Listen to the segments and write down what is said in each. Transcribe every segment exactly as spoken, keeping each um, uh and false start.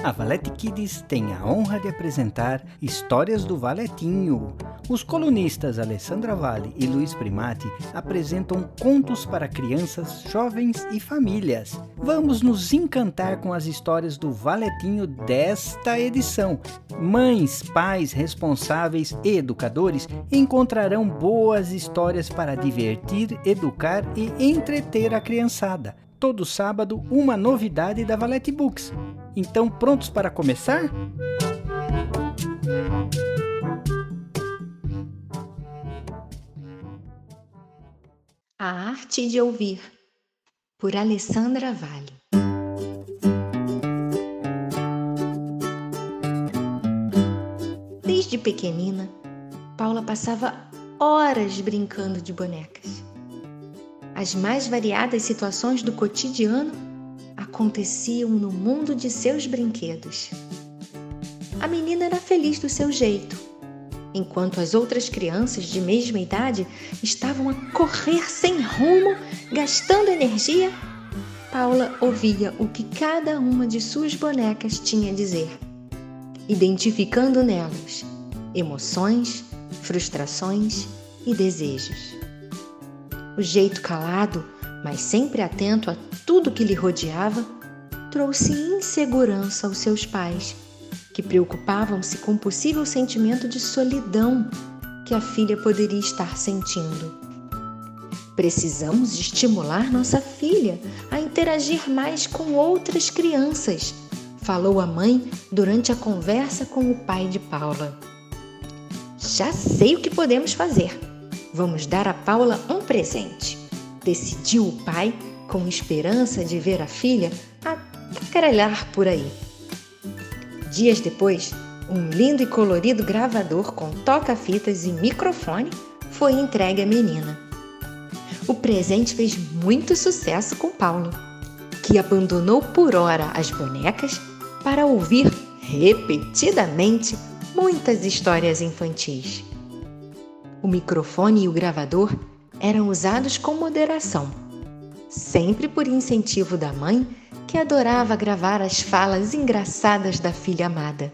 A Valete Kids tem a honra de apresentar Histórias do Valetinho. Os colunistas Alessandra Vale e Luiz Primati apresentam contos para crianças, jovens e famílias. Vamos nos encantar com as histórias do Valetinho desta edição. Mães, pais, responsáveis e educadores encontrarão boas histórias para divertir, educar e entreter a criançada. Todo sábado, uma novidade da Valete Books. Então, prontos para começar? A Arte de Ouvir, por Alessandra Vale. Desde pequenina, Paula passava horas brincando de bonecas. As mais variadas situações do cotidiano aconteciam no mundo de seus brinquedos. A menina era feliz do seu jeito, enquanto as outras crianças de mesma idade estavam a correr sem rumo, gastando energia. Paula ouvia o que cada uma de suas bonecas tinha a dizer, identificando nelas emoções, frustrações e desejos. O jeito calado, mas sempre atento a tudo que lhe rodeava, trouxe insegurança aos seus pais, que preocupavam-se com o possível sentimento de solidão que a filha poderia estar sentindo. Precisamos estimular nossa filha a interagir mais com outras crianças, falou a mãe durante a conversa com o pai de Paula. Já sei o que podemos fazer. Vamos dar a Paula um presente, decidiu o pai com esperança de ver a filha a tacarelhar por aí. Dias depois, um lindo e colorido gravador com toca-fitas e microfone foi entregue à menina. O presente fez muito sucesso com Paula, que abandonou por hora as bonecas para ouvir repetidamente muitas histórias infantis. O microfone e o gravador eram usados com moderação, sempre por incentivo da mãe, que adorava gravar as falas engraçadas da filha amada.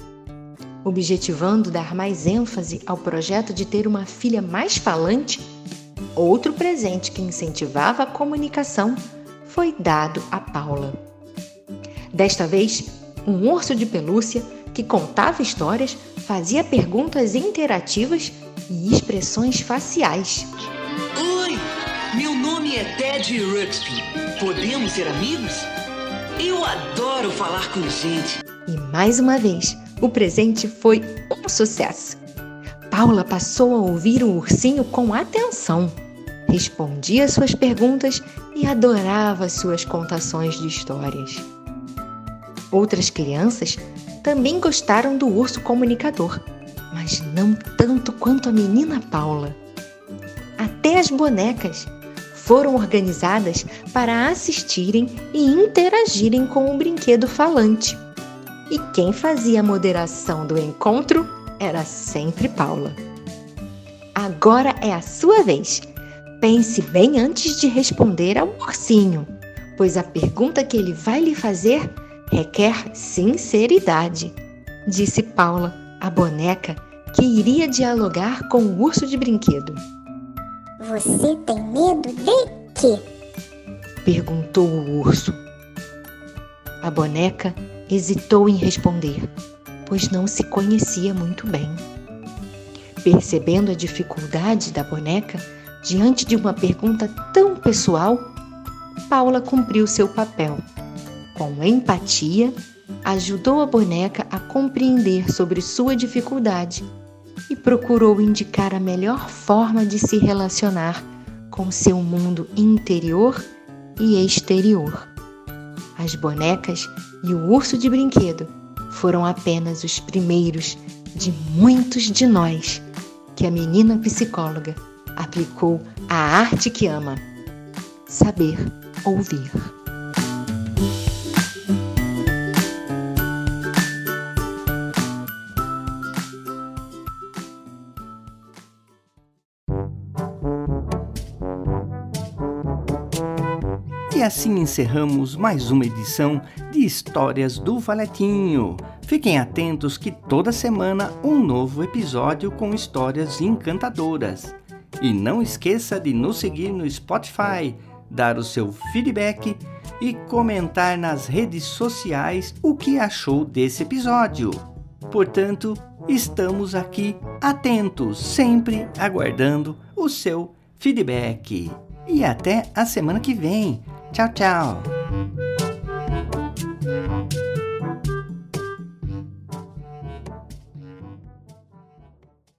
Objetivando dar mais ênfase ao projeto de ter uma filha mais falante, outro presente que incentivava a comunicação foi dado a Paula. Desta vez, um urso de pelúcia que contava histórias, fazia perguntas interativas e expressões faciais. Oi, meu nome é Ted Ruxpin. Podemos ser amigos? Eu adoro falar com gente. E mais uma vez, o presente foi um sucesso. Paula passou a ouvir o ursinho com atenção, respondia suas perguntas e adorava suas contações de histórias. Outras crianças também gostaram do urso comunicador, mas não tanto quanto a menina Paula. Até as bonecas foram organizadas para assistirem e interagirem com o brinquedo falante. E quem fazia a moderação do encontro era sempre Paula. Agora é a sua vez. Pense bem antes de responder ao ursinho, pois a pergunta que ele vai lhe fazer requer sinceridade, disse Paula, a boneca que iria dialogar com o urso de brinquedo. Você tem medo de quê? Perguntou o urso. A boneca hesitou em responder, pois não se conhecia muito bem. Percebendo a dificuldade da boneca diante de uma pergunta tão pessoal, Paula cumpriu seu papel. Com empatia, ajudou a boneca a compreender sobre sua dificuldade e procurou indicar a melhor forma de se relacionar com seu mundo interior e exterior. As bonecas e o urso de brinquedo foram apenas os primeiros de muitos de nós que a menina psicóloga aplicou à arte que ama: saber ouvir. E assim encerramos mais uma edição de Histórias do Valetinho. Fiquem atentos que toda semana um novo episódio com histórias encantadoras. E não esqueça de nos seguir no Spotify, dar o seu feedback e comentar nas redes sociais o que achou desse episódio. Portanto, estamos aqui atentos, sempre aguardando o seu feedback. E até a semana que vem. Tchau, tchau!